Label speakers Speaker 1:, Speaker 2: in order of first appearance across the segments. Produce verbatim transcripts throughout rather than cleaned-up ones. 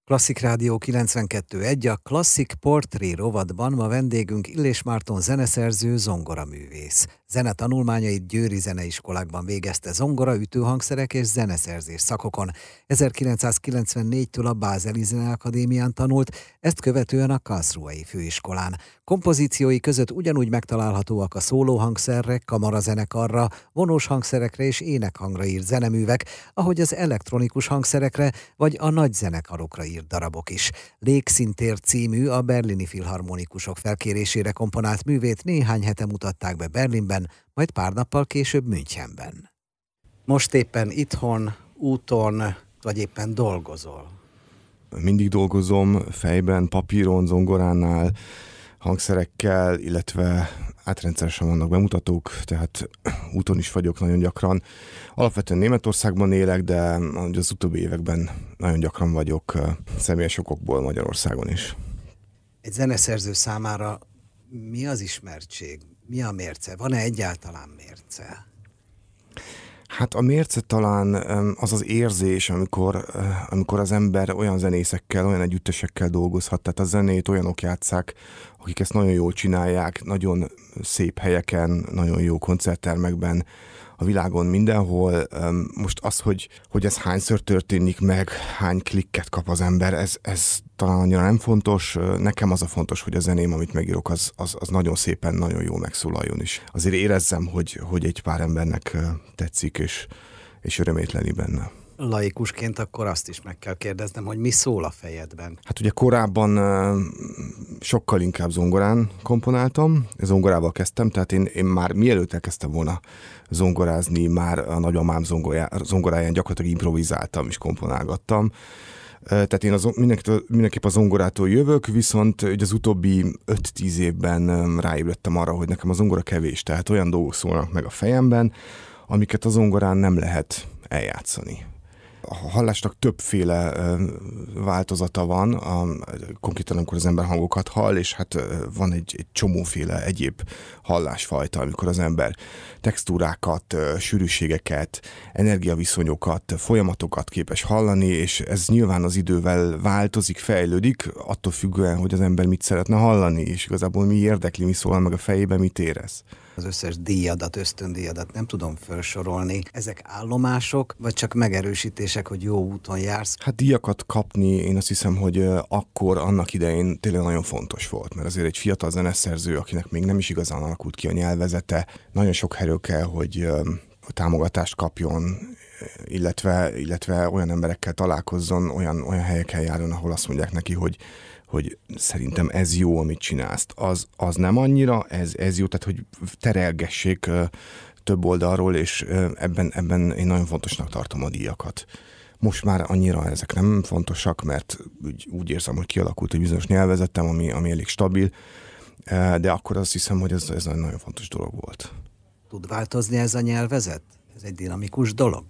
Speaker 1: Klasszik Rádió kilencvenkettő egy, a Klasszik Portré rovatban ma vendégünk Illés Márton zeneszerző, zongoraművész. Zenetanulmányait győri zeneiskolákban végezte zongora, ütőhangszerek és zeneszerzés szakokon. ezerkilencszázkilencvennégytől a Bázeli Zeneakadémián tanult, ezt követően a Karlsruhei Főiskolán. Kompozíciói között ugyanúgy megtalálhatóak a szólóhangszerre, kamarazenekarra, vonós hangszerekre és énekhangra írt zeneművek, ahogy az elektronikus hangszerekre vagy a nagy zenekarokra írt darabok is. Légszintér című, a berlini filharmonikusok felkérésére komponált művét néhány hete mutatták be Berlinben, majd pár nappal később Münchenben. Most éppen itthon, úton, vagy éppen dolgozol?
Speaker 2: Mindig dolgozom fejben, papíron, zongoránál, hangszerekkel, illetve átrendszeresen vannak bemutatók, tehát úton is vagyok nagyon gyakran. Alapvetően Németországban élek, de az utóbbi években nagyon gyakran vagyok személyes okokból Magyarországon is.
Speaker 1: Egy zeneszerző számára mi az ismertség? Mi a mérce? Van-e egyáltalán mérce?
Speaker 2: Hát a mérce talán az az érzés, amikor, amikor az ember olyan zenészekkel, olyan együttesekkel dolgozhat, tehát a zenét olyanok játsszák, akik ezt nagyon jól csinálják, nagyon szép helyeken, nagyon jó koncerttermekben, a világon mindenhol. Most az, hogy, hogy ez hányszor történik meg, hány klikket kap az ember, ez, ez talán annyira nem fontos. Nekem az a fontos, hogy a zeném, amit megírok, az, az, az nagyon szépen, nagyon jól megszólaljon is. Azért érezzem, hogy, hogy egy pár embernek tetszik, és, és örömét lenni benne.
Speaker 1: Laikusként akkor azt is meg kell kérdeznem, hogy mi szól a fejedben?
Speaker 2: Hát ugye korábban sokkal inkább zongorán komponáltam, zongorával kezdtem, tehát én, én már mielőtt elkezdtem volna zongorázni, már a nagymamám zongoráján gyakorlatilag improvizáltam és komponálgattam. Tehát én az, mindenképp a zongorától jövök, viszont ugye az utóbbi öt-tíz évben ráébredtem arra, hogy nekem a zongora kevés, tehát olyan dolgok szólnak meg a fejemben, amiket a zongorán nem lehet eljátszani. A hallásnak többféle változata van, a, konkrétan amikor az ember hangokat hall, és hát van egy, egy csomóféle egyéb hallásfajta, amikor az ember textúrákat, sűrűségeket, energiaviszonyokat, folyamatokat képes hallani, és ez nyilván az idővel változik, fejlődik, attól függően, hogy az ember mit szeretne hallani, és igazából mi érdekli, mi szól meg a fejében, mit érez.
Speaker 1: Az összes díjadat, ösztöndíjadat nem tudom felsorolni. Ezek állomások, vagy csak megerősítések, hogy jó úton jársz?
Speaker 2: Hát díjakat kapni, én azt hiszem, hogy akkor, annak idején tényleg nagyon fontos volt, mert azért egy fiatal zeneszerző, akinek még nem is igazán alakult ki a nyelvezete, nagyon sok erő kell, hogy támogatást kapjon, illetve, illetve olyan emberekkel találkozzon, olyan, olyan helyeken járjon, ahol azt mondják neki, hogy hogy szerintem ez jó, amit csinálsz. Az, az nem annyira, ez, ez jó, tehát hogy terelgessék uh, több oldalról, és uh, ebben, ebben én nagyon fontosnak tartom a díjakat. Most már annyira ezek nem fontosak, mert úgy, úgy érzem, hogy kialakult egy bizonyos nyelvezetem, ami, ami elég stabil, uh, de akkor azt hiszem, hogy ez, ez nagyon fontos dolog volt.
Speaker 1: Tud változni ez a nyelvezet? Ez egy dinamikus dolog?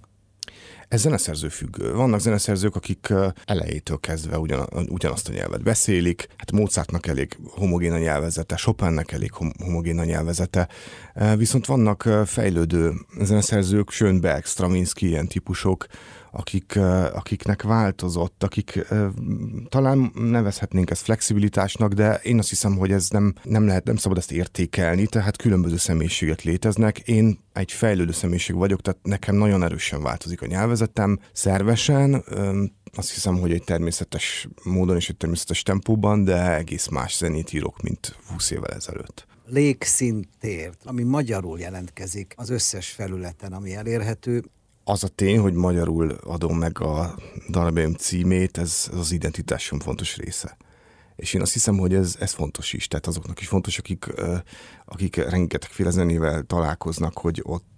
Speaker 2: Ez zeneszerző függő. Vannak zeneszerzők, akik elejétől kezdve ugyan, ugyanazt a nyelvet beszélik. Hát Mozartnak elég homogén a nyelvezete, Chopinnek elég homogén a nyelvezete. Viszont vannak fejlődő zeneszerzők, Schönberg, Stravinsky, ilyen típusok, akik, akiknek változott, akik talán nevezhetnénk ezt flexibilitásnak, de én azt hiszem, hogy ez nem, nem lehet, nem szabad ezt értékelni, tehát különböző személyiségek léteznek. Én egy fejlődő személyiség vagyok, tehát nekem nagyon erősen változik a nyelvezetem, szervesen, azt hiszem, hogy egy természetes módon és egy természetes tempóban, de egész más zenét írok, mint húsz évvel ezelőtt.
Speaker 1: Légszintér, ami magyarul jelentkezik az összes felületen, ami elérhető.
Speaker 2: Az a tény, hogy magyarul adom meg a darabjaim címét, ez az identitásom fontos része. És én azt hiszem, hogy ez, ez fontos is. Tehát azoknak is fontos, akik, akik rengetegféle zenével találkoznak, hogy ott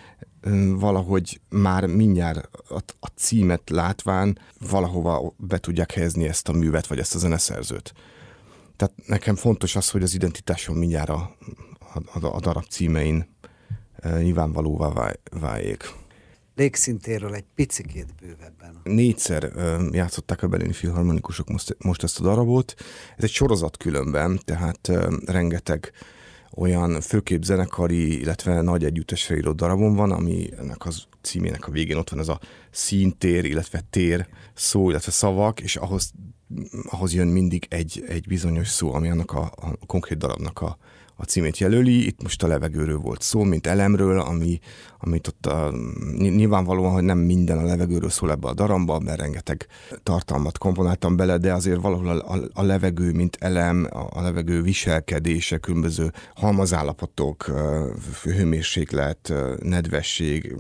Speaker 2: valahogy már mindjárt a, a címet látván valahova be tudják helyezni ezt a művet, vagy ezt a zeneszerzőt. Tehát nekem fontos az, hogy az identitásom mindjárt a, a, a darab címein nyilvánvalóvá váljék.
Speaker 1: Légszintérről egy picikét bővebben.
Speaker 2: Négyszer ö, játszották a berlini filharmonikusok most, most ezt a darabot. Ez egy sorozat különben, tehát ö, rengeteg olyan főkép zenekari, illetve nagy együttesre írott darabon van, ami ennek az címének a végén ott van ez a színtér, illetve tér szó, illetve szavak, és ahhoz, ahhoz jön mindig egy, egy bizonyos szó, ami annak a, a konkrét darabnak a, a címét jelöli. Itt most a levegőről volt szó, mint elemről, ami, amit ott a, nyilvánvalóan, hogy nem minden a levegőről szól ebbe a darabba, mert rengeteg tartalmat komponáltam bele, de azért valahol a, a, a levegő, mint elem, a, a levegő viselkedése, különböző halmazállapotok, hőmérséklet, nedvesség,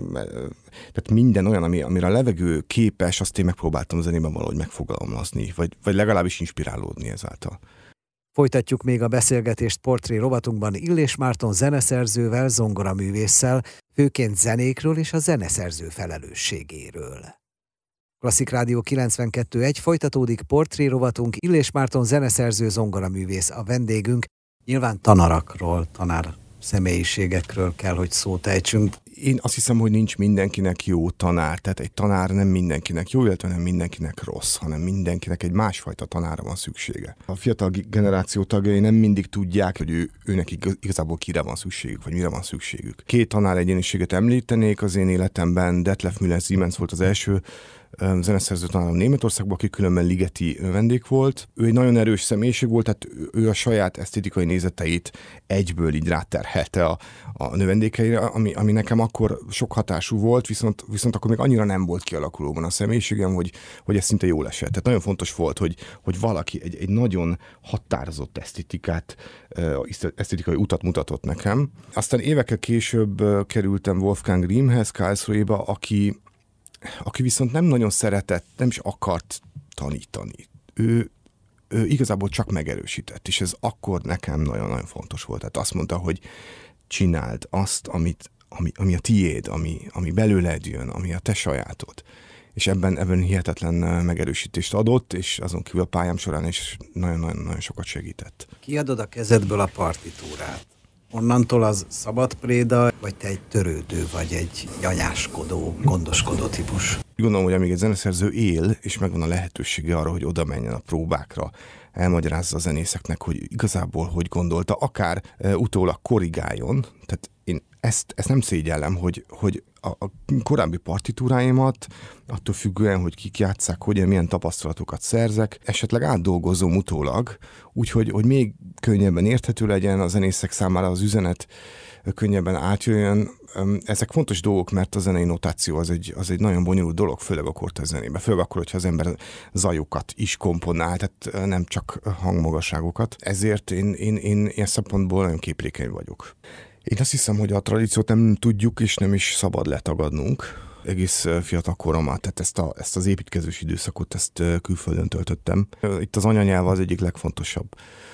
Speaker 2: tehát minden olyan, ami, amire a levegő képes, azt én megpróbáltam zenében valahogy megfogalmazni, vagy, vagy legalábbis inspirálódni ezáltal.
Speaker 1: Folytatjuk még a beszélgetést portré rovatunkban Illés Márton zeneszerzővel, zongoraművésszel, főként zenékről és a zeneszerző felelősségéről. Klasszik Rádió kilencvenkettő egy folytatódik portré rovatunk, Illés Márton zeneszerző, zongoraművész a vendégünk. Nyilván tanarakról, tanár személyiségekről kell, hogy szót ejtsünk.
Speaker 2: Én azt hiszem, hogy nincs mindenkinek jó tanár, tehát egy tanár nem mindenkinek jó, illetve nem mindenkinek rossz, hanem mindenkinek egy másfajta tanára van szüksége. A fiatal generáció tagjai nem mindig tudják, hogy ő, őnek igazából kire van szükségük, vagy mire van szükségük. Két tanár egyéniséget említenék az én életemben, Detlef Müller-Siemens volt az első zeneszerző tanárom Németországban, aki különben ligeti vendég volt. Ő egy nagyon erős személyiség volt, tehát ő a saját esztétikai nézeteit egyből így ráterhelte a, a növendékeire, ami, ami nekem akkor sok hatású volt, viszont, viszont akkor még annyira nem volt kialakulóban a személyiségem, hogy, hogy ez szinte jól esett. Tehát nagyon fontos volt, hogy, hogy valaki egy, egy nagyon határozott esztétikát, esztétikai utat mutatott nekem. Aztán évekkel később kerültem Wolfgang Riemhez, Karlsruhéba, aki aki viszont nem nagyon szeretett, nem is akart tanítani. Ő, ő igazából csak megerősített, és ez akkor nekem nagyon-nagyon fontos volt. Tehát azt mondta, hogy csináld azt, amit, ami, ami a tiéd, ami, ami belőled jön, ami a te sajátod. És ebben, ebben hihetetlen megerősítést adott, és azon kívül a pályám során is nagyon-nagyon sokat segített.
Speaker 1: Kiadod a kezedből a partitúrát. Onnantól az szabad préda, vagy te egy törődő, vagy egy nyanyáskodó, gondoskodó típus?
Speaker 2: Gondolom, hogy amíg egy zeneszerző él, és megvan a lehetősége arra, hogy oda menjen a próbákra, elmagyarázza a zenészeknek, hogy igazából hogy gondolta, akár e, utólag korrigáljon. Tehát én ezt, ezt nem szégyellem, hogy, hogy a, a korábbi partitúráimat, attól függően, hogy kik játsszák, hogyan, milyen tapasztalatokat szerzek, esetleg átdolgozom utólag, úgyhogy hogy még könnyebben érthető legyen a zenészek számára az üzenet, könnyebben átjöjjön. Ezek fontos dolgok, mert a zenei notáció az egy, az egy nagyon bonyolult dolog, főleg a kortárs zenében. Főleg akkor, hogyha az ember zajokat is komponál, tehát nem csak hangmagasságokat. Ezért én, én, én ilyen szempontból nagyon képlékeny vagyok. Én azt hiszem, hogy a tradíciót nem tudjuk, és nem is szabad letagadnunk. Egész fiatal koromat, tehát ezt, a, ezt az építkezős időszakot, ezt külföldön töltöttem. Itt az anyanyelv az egyik legfontosabb.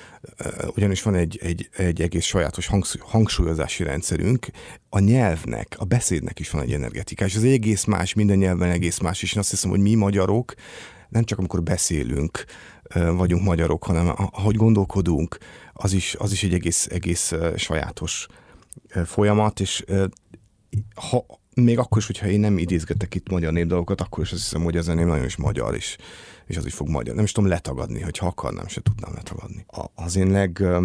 Speaker 2: Ugyanis van egy, egy, egy egész sajátos hangsúlyozási rendszerünk. A nyelvnek, a beszédnek is van egy energetikás. Ez egész más, minden nyelven egész más, és én azt hiszem, hogy mi magyarok nem csak amikor beszélünk, vagyunk magyarok, hanem ahogy gondolkodunk, az is, az is egy egész, egész sajátos folyamat, és ha, még akkor is, hogyha én nem idézgetek itt magyar népdalokat, akkor is azt hiszem, hogy ez ennél nagyon is magyar is, és az is fog magyar. Nem is tudom letagadni, hogyha akarnám, se tudnám letagadni. A, az én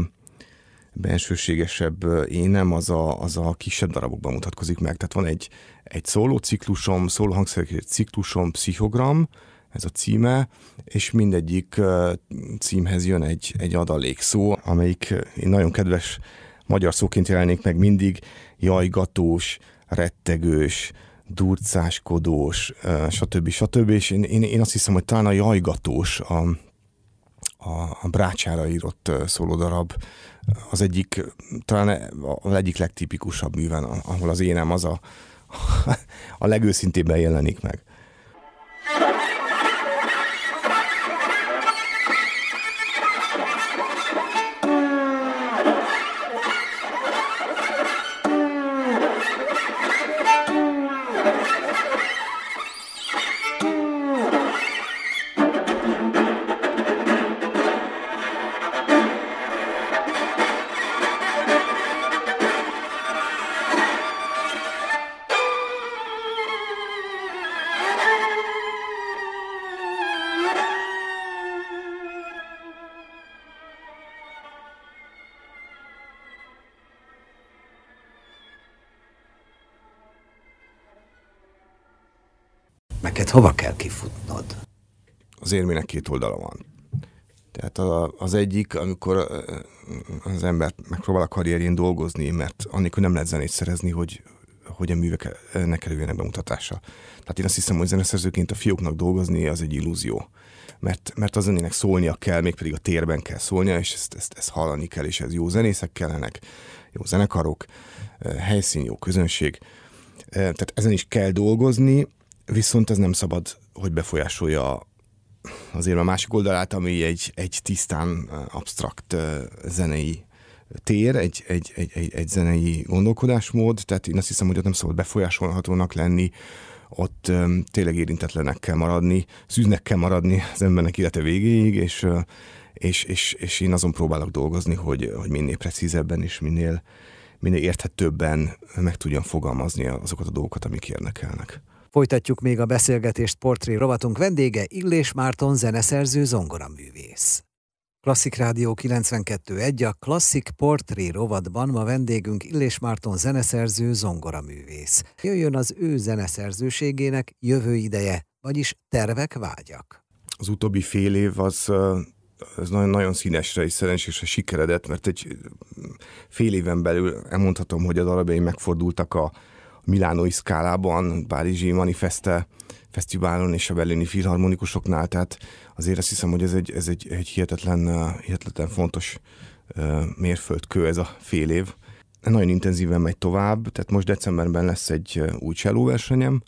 Speaker 2: legbensőségesebb énem az a, az a kisebb darabokban mutatkozik meg. Tehát van egy, egy szóló ciklusom, szóló hangszerek ciklusom, Pszichogram, ez a címe, és mindegyik uh, címhez jön egy, egy adalék szó, amelyik én nagyon kedves magyar szóként jelenik meg mindig, jajgatós, rettegős, durcáskodós, uh, stb. stb. És én, én, én azt hiszem, hogy talán a jajgatós, a, a, a Brácsára írott uh, szólódarab az egyik, talán az egyik legtipikusabb műven, ahol az énem az a, a legőszintébben jelenik meg.
Speaker 1: Neked hova kell kifutnod?
Speaker 2: Az érmének két oldala van. Tehát a, az egyik, amikor az ember megpróbál a karrierjén dolgozni, mert annélkül nem lehet zenét szerezni, hogy, hogy a művek ne kerüljenek bemutatásra. Tehát én azt hiszem, hogy zeneszerzőként a fióknak dolgozni az egy illúzió. Mert, mert a zenének szólnia kell, mégpedig a térben kell szólnia, és ezt, ezt, ezt hallani kell, és ez jó zenészek kellenek, jó zenekarok, helyszín, jó közönség. Tehát ezen is kell dolgozni, viszont ez nem szabad, hogy befolyásolja azért a másik oldalát, ami egy, egy tisztán absztrakt zenei tér, egy, egy, egy, egy, egy zenei gondolkodásmód, tehát én azt hiszem, hogy ott nem szabad befolyásolhatónak lenni, ott um, tényleg érintetlenek kell maradni, szűznek kell maradni az embernek élete végéig, és, uh, és, és, és én azon próbálok dolgozni, hogy, hogy minél precízebben és minél, minél érthetőbben meg tudjam fogalmazni azokat a dolgokat, amik érdekelnek.
Speaker 1: Folytatjuk még a beszélgetést portré rovatunk vendége, Illés Márton zeneszerző, zongoraművész. Klasszik Rádió kilencvenkettő egy, a Klasszik Portré rovatban ma vendégünk Illés Márton zeneszerző, zongoraművész. Jöjjön az ő zeneszerzőségének jövő ideje, vagyis tervek, vágyak.
Speaker 2: Az utóbbi fél év az, az nagyon, nagyon színesre és szerencsésre sikeredett, mert egy fél éven belül elmondhatom, hogy a darabjaim megfordultak a Milánói Scalában, Párizsi Manifeste fesztiválon és a berlini filharmonikusoknál, tehát azért azt hiszem, hogy ez egy, ez egy, egy hihetetlen, hihetetlen fontos uh, mérföldkő ez a fél év. Nagyon intenzíven megy tovább, tehát most decemberben lesz egy új csellóversenyem,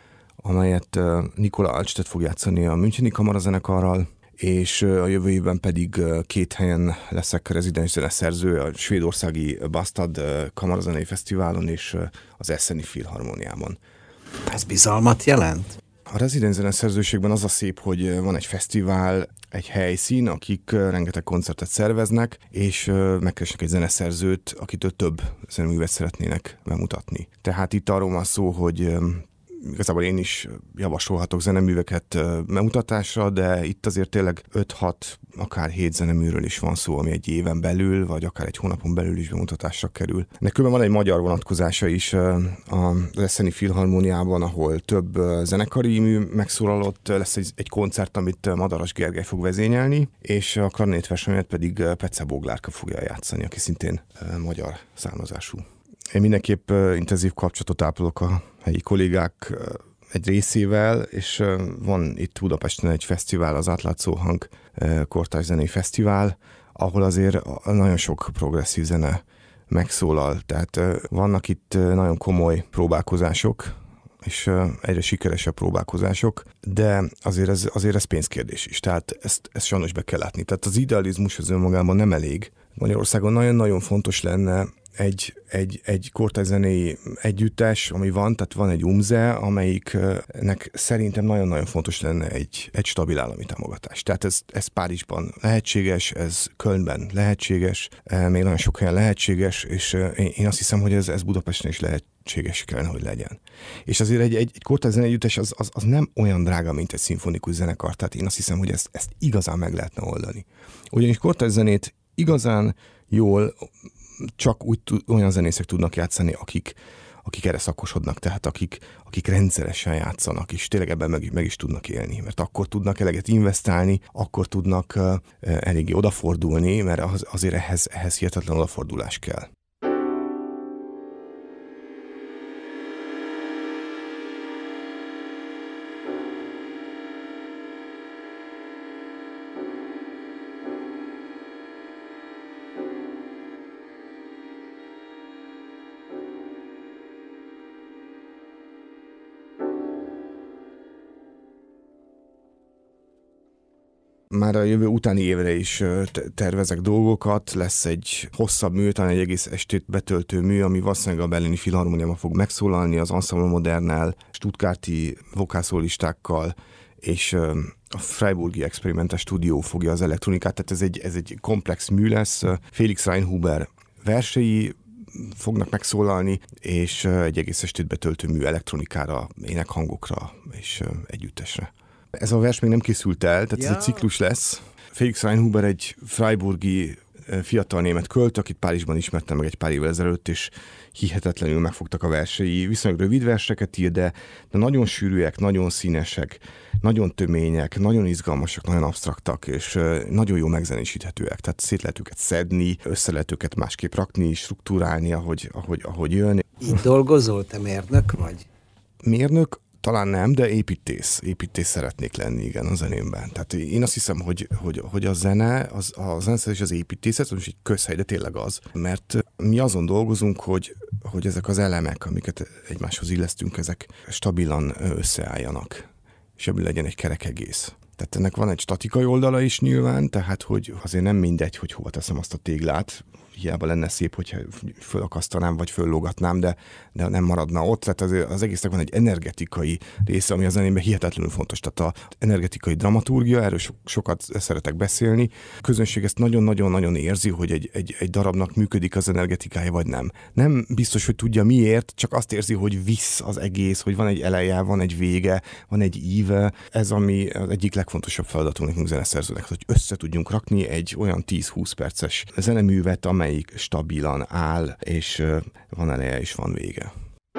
Speaker 2: amelyet uh, Nikola Alcstet fog játszani a Müncheni Kamarazenekarral, és a jövő évben pedig két helyen leszek rezidens zeneszerző, a svédországi Bastad Kamarazenei Fesztiválon és az Esseni Filharmóniában.
Speaker 1: Ez bizalmat jelent?
Speaker 2: A rezidens zeneszerzőségben az a szép, hogy van egy fesztivál, egy helyszín, akik rengeteg koncertet szerveznek, és megkeresnek egy zeneszerzőt, akitől több zeneművet szeretnének bemutatni. Tehát itt arról van szó, hogy igazából én is javasolhatok zeneműveket bemutatásra, de itt azért tényleg öt-hat, akár hét zeneműről is van szó, ami egy éven belül, vagy akár egy hónapon belül is bemutatásra kerül. Nekülön van egy magyar vonatkozása is az Esseni Filharmóniában, ahol több zenekari mű megszólalott, lesz egy, egy koncert, amit Madaras Gergely fog vezényelni, és a klarnétversenyet pedig Pece Boglárka fogja játszani, aki szintén magyar származású. Én mindenképp intenzív kapcsolatot ápolok a helyi kollégák egy részével, és van itt Budapesten egy fesztivál, az Átlátszó Hang Kortárs Zenei Fesztivál, ahol azért nagyon sok progresszív zene megszólal. Tehát vannak itt nagyon komoly próbálkozások, és egyre sikeresebb próbálkozások, de azért ez, azért ez pénzkérdés is, tehát ezt, ezt sajnos be kell látni. Tehát az idealizmus az önmagában nem elég. Magyarországon nagyon-nagyon fontos lenne egy, egy, egy kortárszenei együttes, ami van, tehát van egy umze, amelyiknek szerintem nagyon-nagyon fontos lenne egy, egy stabil állami támogatás. Tehát ez, ez Párizsban lehetséges, ez Kölnben lehetséges, még nagyon sok helyen lehetséges, és én azt hiszem, hogy ez, ez Budapesten is lehetséges kellene, hogy legyen. És azért egy, egy, egy kortárszenei együttes az, az, az nem olyan drága, mint egy szimfonikus zenekar, tehát én azt hiszem, hogy ezt, ezt igazán meg lehetne oldani. Ugyanis kortárszenét igazán jól csak úgy olyan zenészek tudnak játszani, akik, akik erre szakosodnak, tehát akik, akik rendszeresen játszanak, és tényleg ebben meg, meg is tudnak élni, mert akkor tudnak eleget investálni, akkor tudnak uh, eléggé odafordulni, mert az, azért ehhez, ehhez hihetetlen odafordulás kell. Már a jövő utáni évre is tervezek dolgokat, lesz egy hosszabb mű, talán egy egész estét betöltő mű, ami valószínűleg a berlini filharmóniában fog megszólalni, az Ensemble Modernnel, stuttgarti vokálszólistákkal, és a Freiburgi Experimentes Stúdió fogja az elektronikát, tehát ez egy, ez egy komplex mű lesz. Felix Reinhuber versei fognak megszólalni, és egy egész estét betöltő mű elektronikára, énekhangokra és együttesre. Ez a vers még nem készült el, tehát ja. Ez egy ciklus lesz. Felix Reinhuber egy freiburgi fiatal német költő, akit Párizsban ismertem meg egy pár évvel ezelőtt, és hihetetlenül megfogtak a versei. Viszonylag rövid verseket ír, de, de nagyon sűrűek, nagyon színesek, nagyon tömények, nagyon izgalmasak, nagyon absztraktak, és nagyon jó megzenésíthetőek. Tehát szét lehet őket szedni, össze lehet őket másképp rakni, struktúrálni, ahogy, ahogy, ahogy jön.
Speaker 1: Így dolgozol, te mérnök vagy?
Speaker 2: Mérnök? Talán nem, de építész. Építész szeretnék lenni, igen, a zenémben. Tehát én azt hiszem, hogy, hogy, hogy a zene, az, a zeneszerzés és az építészet, az egy közhely, de tényleg az. Mert mi azon dolgozunk, hogy, hogy ezek az elemek, amiket egymáshoz illesztünk, ezek stabilan összeálljanak, és ebből legyen egy kerek egész. Tehát ennek van egy statikai oldala is nyilván, tehát hogy azért nem mindegy, hogy hova teszem azt a téglát, hiába lenne szép, hogyha fölakasztanám, vagy föllógatnám, de, de nem maradna ott. Tehát az, az egésznek van egy energetikai része, ami a zenében hihetetlenül fontos. Tehát az energetikai dramaturgia, erről so, sokat szeretek beszélni. A közönség ezt nagyon-nagyon-nagyon érzi, hogy egy, egy, egy darabnak működik az energetikája, vagy nem. Nem biztos, hogy tudja miért, csak azt érzi, hogy visz az egész, hogy van egy eleje, van egy vége, van egy íve. Ez ami az egyik legfontosabb feladatunk nekünk zeneszerzőnek, hogy össze tudjunk rakni egy olyan tíz-húsz perces zeneművet, amelyik stabilan áll, és van eleje és van vége.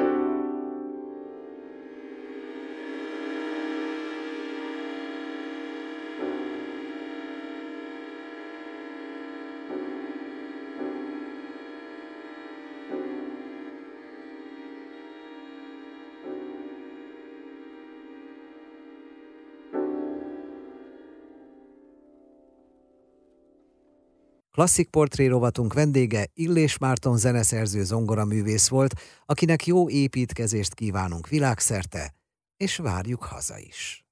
Speaker 1: Klasszik portré rovatunk vendége Illés Márton zeneszerző zongoraművész volt, akinek jó építkezést kívánunk világszerte, és várjuk haza is.